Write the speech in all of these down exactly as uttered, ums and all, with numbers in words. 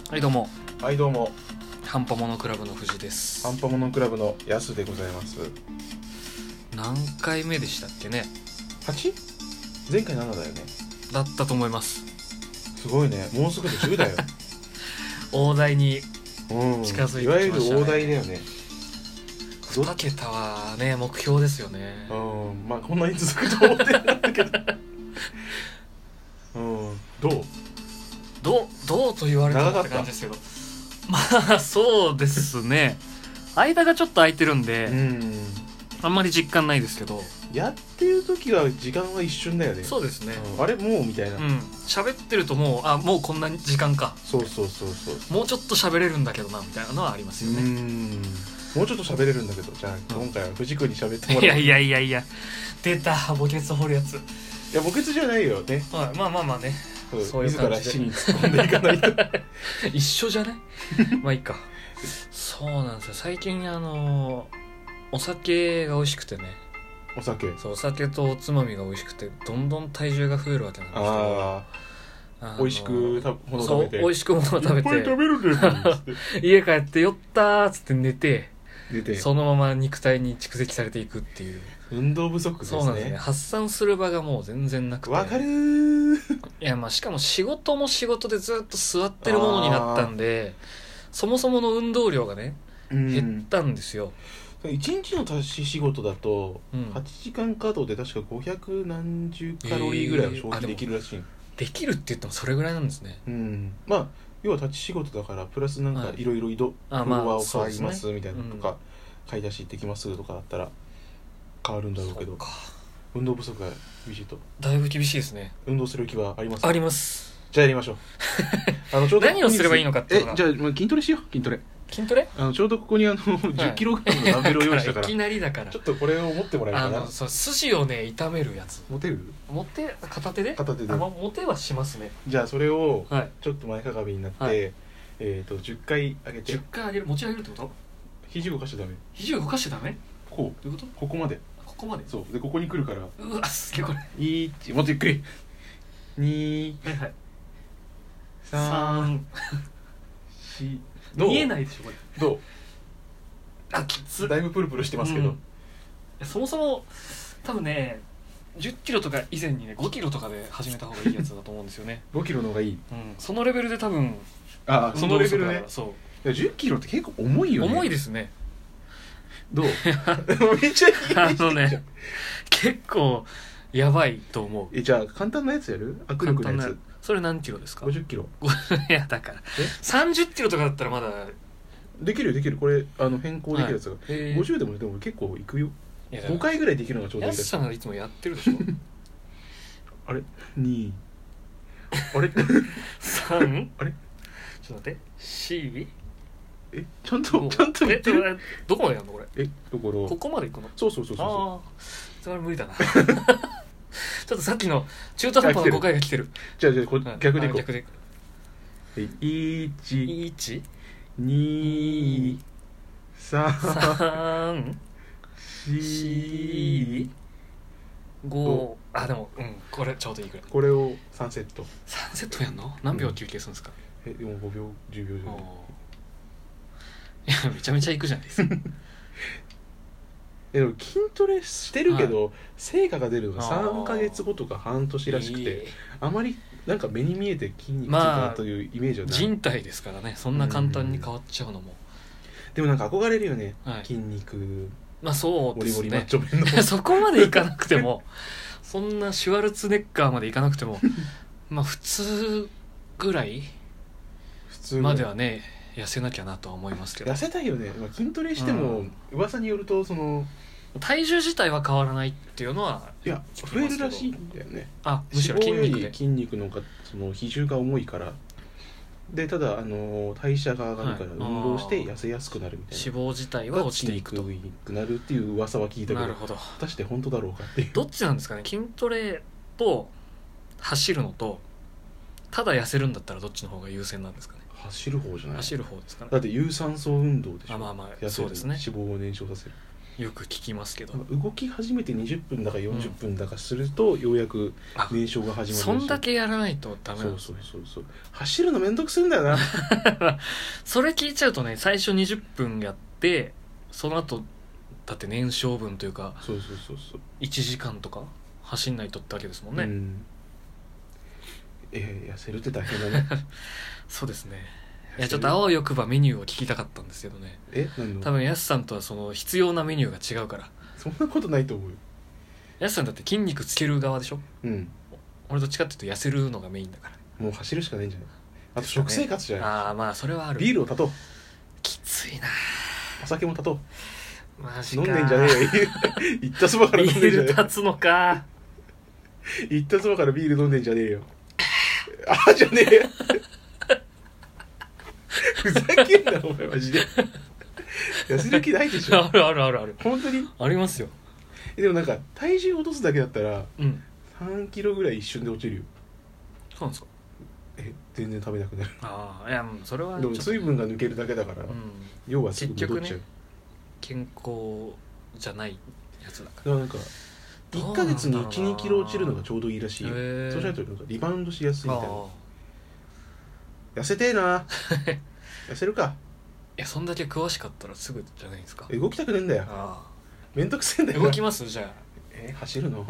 はいどうも、 はいどうも、 ハンパモノクラブの藤です。 ハンパモノクラブのヤスでございます。 何回目でしたっけね。 はち? 前回ななだよね。 だったと思います。 すごいね、もうすぐでじゅうだよ大台にうん、 近づいてきましたね。 いわゆる大台だよね。 に桁はね、目標ですよね。 うん、まあこんなに続くと思ってなかったけどうん、どうどうどうと言われたらって感じですけど、まあそうですね間がちょっと空いてるんで、 うん、 あんまり実感ないですけど、やってる時は時間は一瞬だよね。 そうですね、 うん、あれもうみたいな。 うん喋ってるともうあもうこんな時間か、 そうそうそうそう、 もうちょっと喋れるんだけどなみたいなのはありますよね。 うん、もうちょっと喋れるんだけど、じゃあ今回は藤君に喋ってもらう。 いやいやいやいや、出た墓穴掘るやつ。 いや、墓穴じゃないよね。 はい、まあまあまあね、 そうそういう感じで自ら死に突っ込んでいかないと一緒じゃないまあいいか。そうなんですよ、最近あのお酒が美味しくてね。 お酒、 そう、お酒とおつまみが美味しくてどんどん体重が増えるわけなんですけど、 ああ、美味しくたもの食べて、 そう美味しくものを食べていっぱい食べるんだよ家帰って酔ったーっつって寝て、 出てそのまま肉体に蓄積されていくっていう。 運動不足ですね。 そうなんですね、発散する場がもう全然なくて。 わかるー。 いやまあしかも仕事も仕事でずっと座ってるものになったんで、そもそもの運動量がね減ったんですよ。 いちにちの足し仕事だと、うん、はちじかん稼働で確かごひゃくなんじゅうカロリーぐらいは消費できるらしい、えー、 で, できるって言ってもそれぐらいなんですね。 うん、まあ要は立ち仕事だからプラスなんかいろいろ移動、フロアを買いますみたいなとか、うん、買い出し行ってきますとかだったら変わるんだろうけど、運動不足が厳しいと。 だいぶ厳しいですね。 運動する気はありますか？ あります。 じゃあやりましょうあのちょうど何をすればいいのかっていうのが。 えじゃあ筋トレしよう。筋トレ筋トレあのちょうどここにあの、はい、じゅっキログラムのダンベルを用意したからいきなりだからちょっとこれを持ってもらえるかな。 あのそう筋をね痛めるやつ。 持てる？ 持て片手で片手で。 あ、ま、持てはしますね。 じゃあそれをはい、 ちょっと前かがみになって、はい、えーとじゅっかい上げて。 じゅっかい上げる、持ち上げるってこと？ 肘動かしちゃダメ。 肘動かしちゃダメ？ こう。 どういうこと？ ここまで。 ここまで。 そうでここに来るから。 うわすげえこれ。 いちもっとゆっくり。にはいはい。 さんし見えないでしょこれ。 どう？ あきつ。 だいぶプルプルしてますけど、 うん、そもそも多分ねじゅっキロとか以前にねごキロとかで始めた方がいいやつだと思うんですよねごキロの方がいい、うん、 そのレベルで多分。 ああそのレベルね。 そういやじゅっキロって結構重いよね。 重いですね。 どう？めっちゃいいあのね結構やばいと思う。 えじゃあ簡単なやつやる？握力のやつ。 それ何キロですか？ ごじゅっキロ。 いやだからさんじゅっキロとかだったらまだできるよできる。これあの変更できるやつが、 はい、 ごじゅうでもでも結構いくよ。ごかいぐらいできるのがちょうどいい。 やすさんがいつもやってるでしょあれにあれさんあれちょっと待って C えちゃんとちゃんと言ってる。 どこまでやるのこれ？ えどころここまで行くの？ そうそうそうそう。 ああそれ無理だなちょっとさっきの中途半端なごかいが来てる。 じゃあじゃあこ、はい、逆でいこう。 逆でいちいちにさんしごあでもうんこれちょうどいいくらい。 これをさんセット。 さんセットやんの？何秒休憩するんですか？ うん、えでもごびょうじゅうびょうじゃない。 いやめちゃめちゃいくじゃないですかでも筋トレしてるけど、はい、成果が出るのがさんかげつごとか半年らしくて、あまりなんか目に見えて筋肉ついたなというイメージはない、 まあ、人体ですからね、そんな簡単に変わっちゃうのも。 でもなんか憧れるよね、 はい、 筋肉。 まあそうですね、 モリモリマッチョ麺のそこまでいかなくてもそんなシュワルツェネッガーまでいかなくてもまあ普通ぐらい普通まではね痩せなきゃなとは思いますけど。 痩せたいよね、まあ、筋トレしても、うん、噂によるとその体重自体は変わらないっていうのはいや増えるらしいんだよね。 あむしろ筋肉で筋肉のがその比重が重いからで、ただあの代謝が上がるから運動して痩せやすくなるみたいな、 脂肪自体は落ちていくと筋肉くなるっていう噂は聞いたけど、 なるほど、 果たして本当だろうかっていう。 どっちなんですかね、筋トレと走るのとただ痩せるんだったらどっちの方が優先なんですかね。 走る方じゃない？ 走る方ですかね。 だって有酸素運動でしょ。 あまあまあ痩せる、 そうですね。 脂肪を燃焼させる。 よく聞きますけど、 動き始めてにじゅっぷんだかよんじゅっぷんだかすると、うん、ようやく燃焼が始まるし、 そんだけやらないとダメなんですね。 そうそうそうそう、走るのめんどくせえんだよなそれ聞いちゃうとね、最初にじゅっぷんやってその後だって燃焼分というか、 そうそうそうそう、 いちじかんとか走んないとってわけですもんね、うん、 えー、痩せるって大変だねそうですね。いやちょっとあわよくばメニューを聞きたかったんですけどね。 え、何の？ 多分やすさんとはその必要なメニューが違うから。 そんなことないと思うよ。 やすさんだって筋肉つける側でしょ。 うん。 俺どっちかっていうと痩せるのがメインだから。 もう走るしかないんじゃない？あと食生活じゃない？ ああまあそれはある。 ビールを断とう。 きついな。 お酒も断とう。 マジか。 飲んでんじゃねえよ。言ったそばから飲んでんじゃねえよ。 ビール立つのか。 言ったそばからビール飲んでんじゃねえよ。あじゃねえよ。ふざけんなお前マジで。痩せる気ないでしょ。 あるあるあるある。 本当にありますよ。 でもなんか体重落とすだけだったら、 うん、 さんキロぐらい一瞬で落ちるよ。 そうなんですか。 え全然食べなくなる。 ああいやそれはでも水分が抜けるだけだから、うん、要はすぐ戻っちゃう、ね、 健康じゃないやつだから。 だからなんかいっかげつに いち,に キロ落ちるのがちょうどいいらしいよ。そうしないとなんかリバウンドしやすいみたいな。痩せてえな痩せるか。 いやそんだけ詳しかったらすぐじゃないですか。 動きたくねえんだよ。ああめんどくせえんだよ。 動きますじゃあ。 え走るの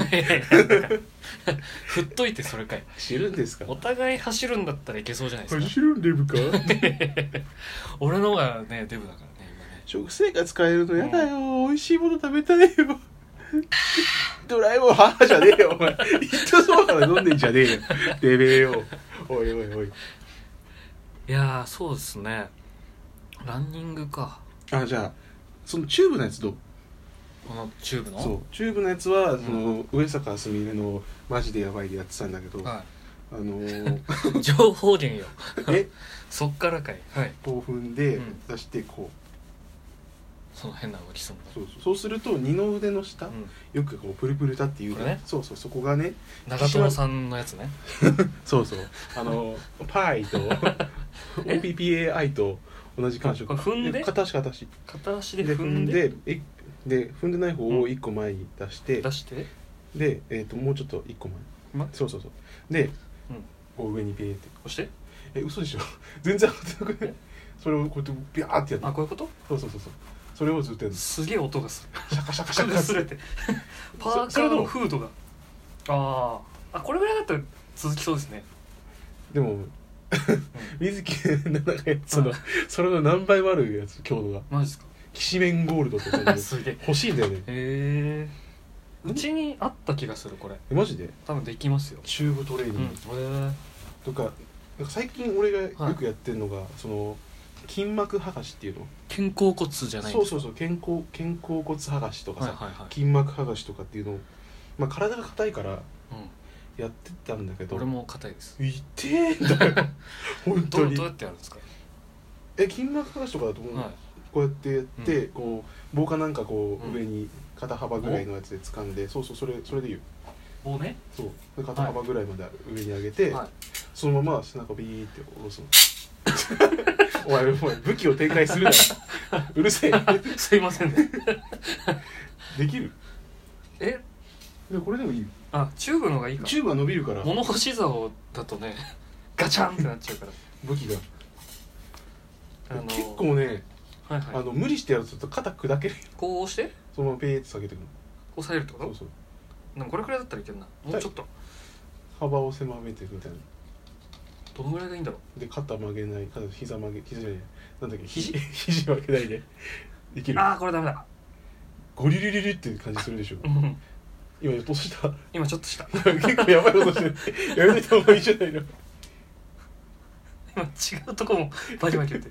振っといてそれかい。 走るんですか。 お互い走るんだったらいけそうじゃないですか。 走るんデブか俺の方がねデブだからね今ね。 食生活変えるのやだよ、うん、美味しいもの食べたいよドラえもん母じゃねえよお前。言ったそばから飲んでんじゃねえよてめえよ。おいおいおい。 いやそうですね。ランニングか。 あじゃあそのチューブのやつどう？ このチューブの？ そうチューブのやつは、うん、その上坂すみれのマジでやばいでやってたんだけど、はい、あのー、 情報源よえそっからかい、はい、 こう踏んで、うん、出してこうその変な動きするんだ。 そうそうそうすると二の腕の下、うん、よくこうプルプルタっていうね、そうそうそこがね長友さんのやつねそうそうあのパイと オーピーピーエーアイ と同じ感触。 踏んで片足片足片足で踏んででで踏んでない方をいっこ前に出して、 うん、出してで、 えー、ともうちょっといっこ前、ま、そうそうそうで、うん、こう上にピーって押してえ嘘でしょ全然当たってなくないそれをこうやってビャーってやって。 あこういうこと。 そうそうそうそうそれをずっとやる。 すげえ音がするシャカシャカシャカするってパーカーのフードがああこれぐらいだったら続きそうですね。 でも水木奈々がそのそれの何倍もあるやつ強度がマジですか。 きしめんゴールドとか欲しいんだよね。へえうちにあった気がするこれ。 えマジで多分できますよ。 チューブトレーニング、うん、とかなんか最近俺がよくやってるのが、はい、その筋膜剥がしっていうの。 肩甲骨じゃないですか。 そうそうそう肩甲肩甲骨剥がしとかさ、はいはいはい、筋膜剥がしとかっていうのを、まあ、体が硬いから、うんやってたんだけど。俺も硬いです。 痛えんだよ本当に。 どうやってやるんですか。 え筋膜剥がしとかだと思う、はい、こうやってやって、うん、こう棒かなんかこう、うん、上に肩幅ぐらいのやつで掴んで、そうそうそれそれでいいよ。 棒ね。 そうで肩幅ぐらいまで上に上げて、はい、そのまま背中ビーって下ろすのお前お前武器を展開するなうるせえすいませんねできる。 えでこれでもいいよ。 あチューブの方がいいか。 チューブは伸びるから物干し竿だとねガチャンってなっちゃうから武器があのー、結構ね、はいはい、あの無理してやると肩砕けるよ。 こう押してそのままペーって下げてくる。 こう下げるってこと。 そうそうなんかこれくらいだったらいけるな。もうちょっと、はい、 幅を狭めてみたいな。 どのぐらいがいいんだろう。 で肩曲げない肩膝曲げ膝じゃないなんだっけ肘肘曲げないでできる。 ああこれダメだ。 ゴリリリリっていう感じするでしょ今落とした今ちょっとした結構やばいことしてるやめてた方がいいじゃないの今違うとこもバキバキ言って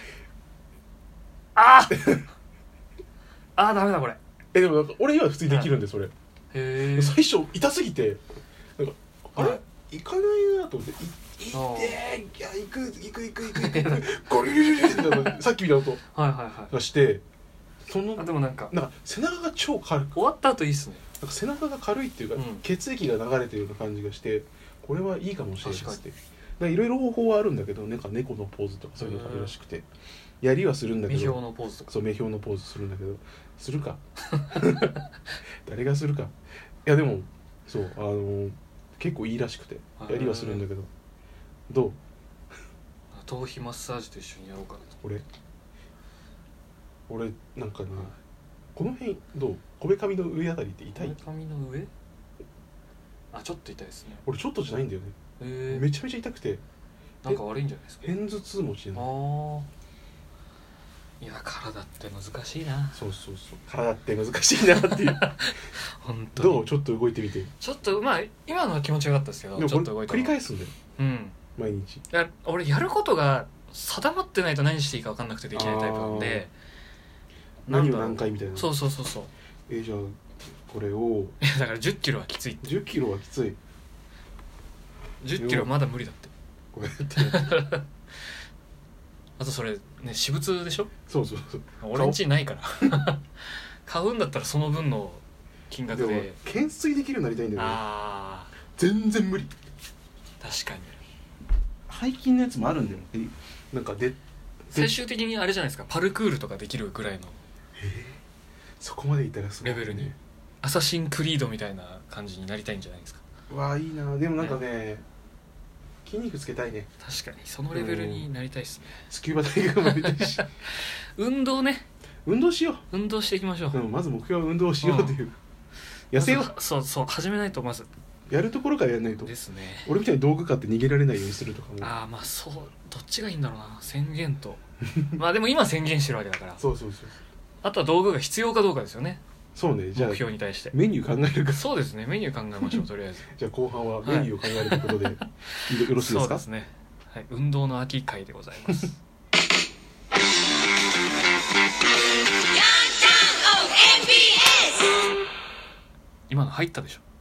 あーあーダメだこれ。 えでもなんか俺今普通にできるんでそれ、はい、へ最初痛すぎてなんかあれ、はい、いかないなと思っていいっていや行く行く行く行く行くゴリリリリってさっき見た音がしてそのあでもなんかなんか背中が超軽く終わった後いいっすね。 なんか背中が軽いっていうか、うん、血液が流れてるような感じがしてこれはいいかもしれないですっていろいろ方法はあるんだけど、なんか猫のポーズとかそういうのがあるらしくて、やりはするんだけど、 目標のポーズとか、 そう目標のポーズするんだけど、するか誰がするか。いやでもそうあの結構いいらしくてやりはするんだけど、どう頭皮マッサージと一緒にやろうかなと。 俺俺なんかね、この辺どう、こめかみの上あたりって痛い？ こめかみの上、あちょっと痛いですね。 俺ちょっとじゃないんだよね、 えー、 めちゃめちゃ痛くて、 なんか悪いんじゃないですか。 片頭痛持ちなの。 ああ、いや体って難しいな。 そうそうそう、体って難しいなっていう本当にどう、ちょっと動いてみて。 ちょっとまあ今のは気持ちよかったですけど、 でもちょっと動いた繰り返すんだよ、 うん、 毎日。 いや俺やることが定まってないと何していいか分かんなくてできないタイプなんで、 何を何回みたいな。 そうそうそうそう。 えー、じゃあこれをいやだからじゅっキロはきついって。 じゅっキロはきつい。 じゅっキロはまだ無理だって。 こうやってあとそれね、私物でしょ。 そうそうそう、 俺んちないから買うんだったらその分の金額で。 でも懸垂できるようになりたいんだよね。 あ全然無理。 確かに背筋のやつもあるんだよ、なんかで最終的にあれじゃないですか、パルクールとかできるぐらいのえー、そこまでいったらすごい、ね、 レベルにアサシンクリードみたいな感じになりたいんじゃないですか。 うわあいいな。でもなんかね、ね、筋肉つけたいね。 確かにそのレベルになりたいですね。 スキューバダイバーもやりたいし運動ね、 運動しよう。 運動していきましょう、 うん、まず目標は運動しようという、うん、痩せよう。 そうそう始めないとまずやるところからやらないとですね。 俺みたいに道具買って逃げられないようにするとかも。 ああまあそう、どっちがいいんだろうな、宣言とまあでも今宣言してるわけだから、 そうそうそう、 あとは道具が必要かどうかですよね。 そうね、じゃあ目標に対してメニュー考えるか。 そうですね、メニュー考えましょうとりあえずじゃあ後半はメニューを考えるということで、はい、よろしいですか。 そうですね、はい、運動の秋会でございます今の入ったでしょ。